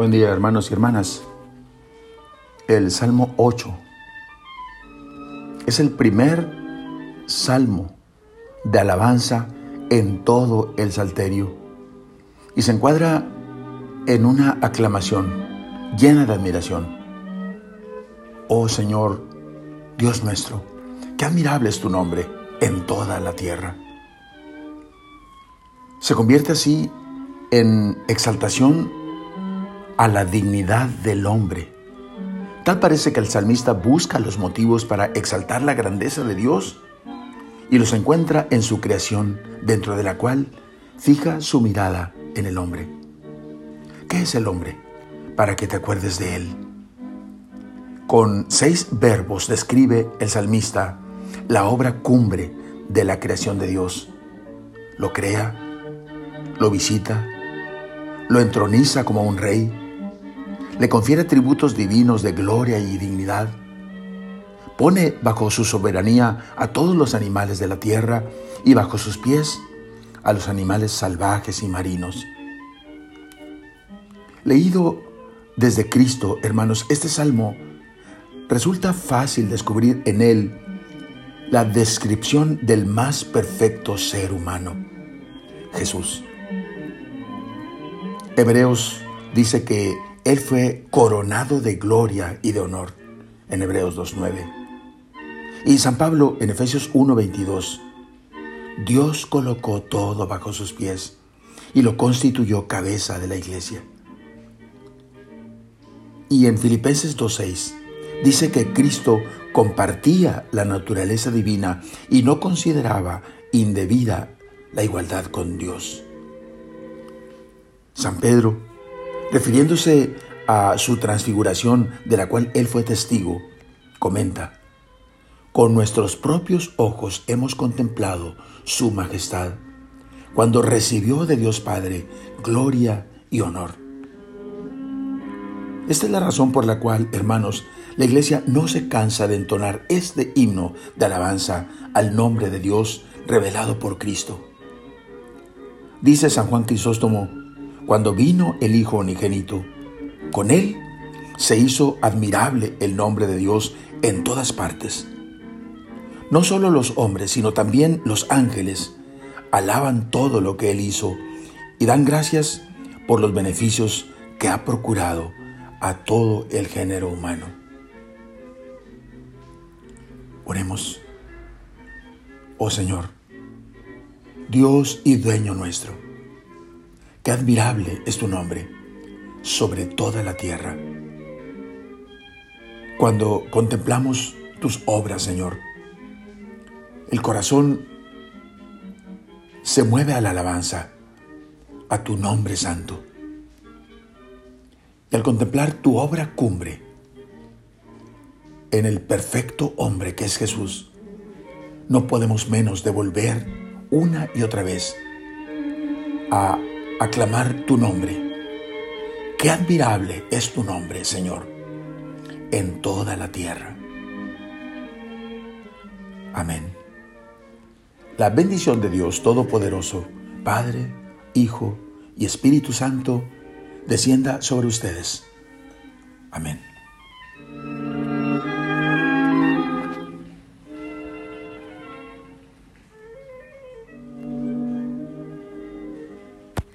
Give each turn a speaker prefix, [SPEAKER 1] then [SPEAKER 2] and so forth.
[SPEAKER 1] Buen día, hermanos y hermanas. El Salmo 8 es el primer salmo de alabanza en todo el Salterio y se encuadra en una aclamación llena de admiración. Oh Señor, Dios nuestro, qué admirable es tu nombre en toda la tierra. Se convierte así en exaltación a la dignidad del hombre. Tal parece que el salmista busca los motivos para exaltar la grandeza de Dios y los encuentra en su creación, dentro de la cual fija su mirada en el hombre. ¿Qué es el hombre? Para que te acuerdes de él. Con 6 verbos describe el salmista la obra cumbre de la creación de Dios. Lo crea, lo visita, lo entroniza como un rey, le confiere atributos divinos de gloria y dignidad, pone bajo su soberanía a todos los animales de la tierra y bajo sus pies a los animales salvajes y marinos. Leído desde Cristo, hermanos, este salmo resulta fácil descubrir en él la descripción del más perfecto ser humano, Jesús. Hebreos dice que Él fue coronado de gloria y de honor, en Hebreos 2:9. Y San Pablo en Efesios 1:22, Dios colocó todo bajo sus pies y lo constituyó cabeza de la iglesia. Y en Filipenses 2:6 dice que Cristo compartía la naturaleza divina y no consideraba indebida la igualdad con Dios. San Pedro, refiriéndose a su transfiguración de la cual él fue testigo, comenta: con nuestros propios ojos hemos contemplado su majestad, cuando recibió de Dios Padre gloria y honor. Esta es la razón por la cual, hermanos, la Iglesia no se cansa de entonar este himno de alabanza al nombre de Dios revelado por Cristo. Dice San Juan Crisóstomo: cuando vino el Hijo unigénito, con él se hizo admirable el nombre de Dios en todas partes. No solo los hombres, sino también los ángeles alaban todo lo que él hizo y dan gracias por los beneficios que ha procurado a todo el género humano. Oremos. Oh Señor, Dios y dueño nuestro, qué admirable es tu nombre sobre toda la tierra. Cuando contemplamos tus obras, Señor, el corazón se mueve a la alabanza a tu nombre santo. Y al contemplar tu obra cumbre en el perfecto hombre que es Jesús, no podemos menos de volver una y otra vez a aclamar tu nombre. Qué admirable es tu nombre, Señor, en toda la tierra. Amén. La bendición de Dios Todopoderoso, Padre, Hijo y Espíritu Santo, descienda sobre ustedes. Amén.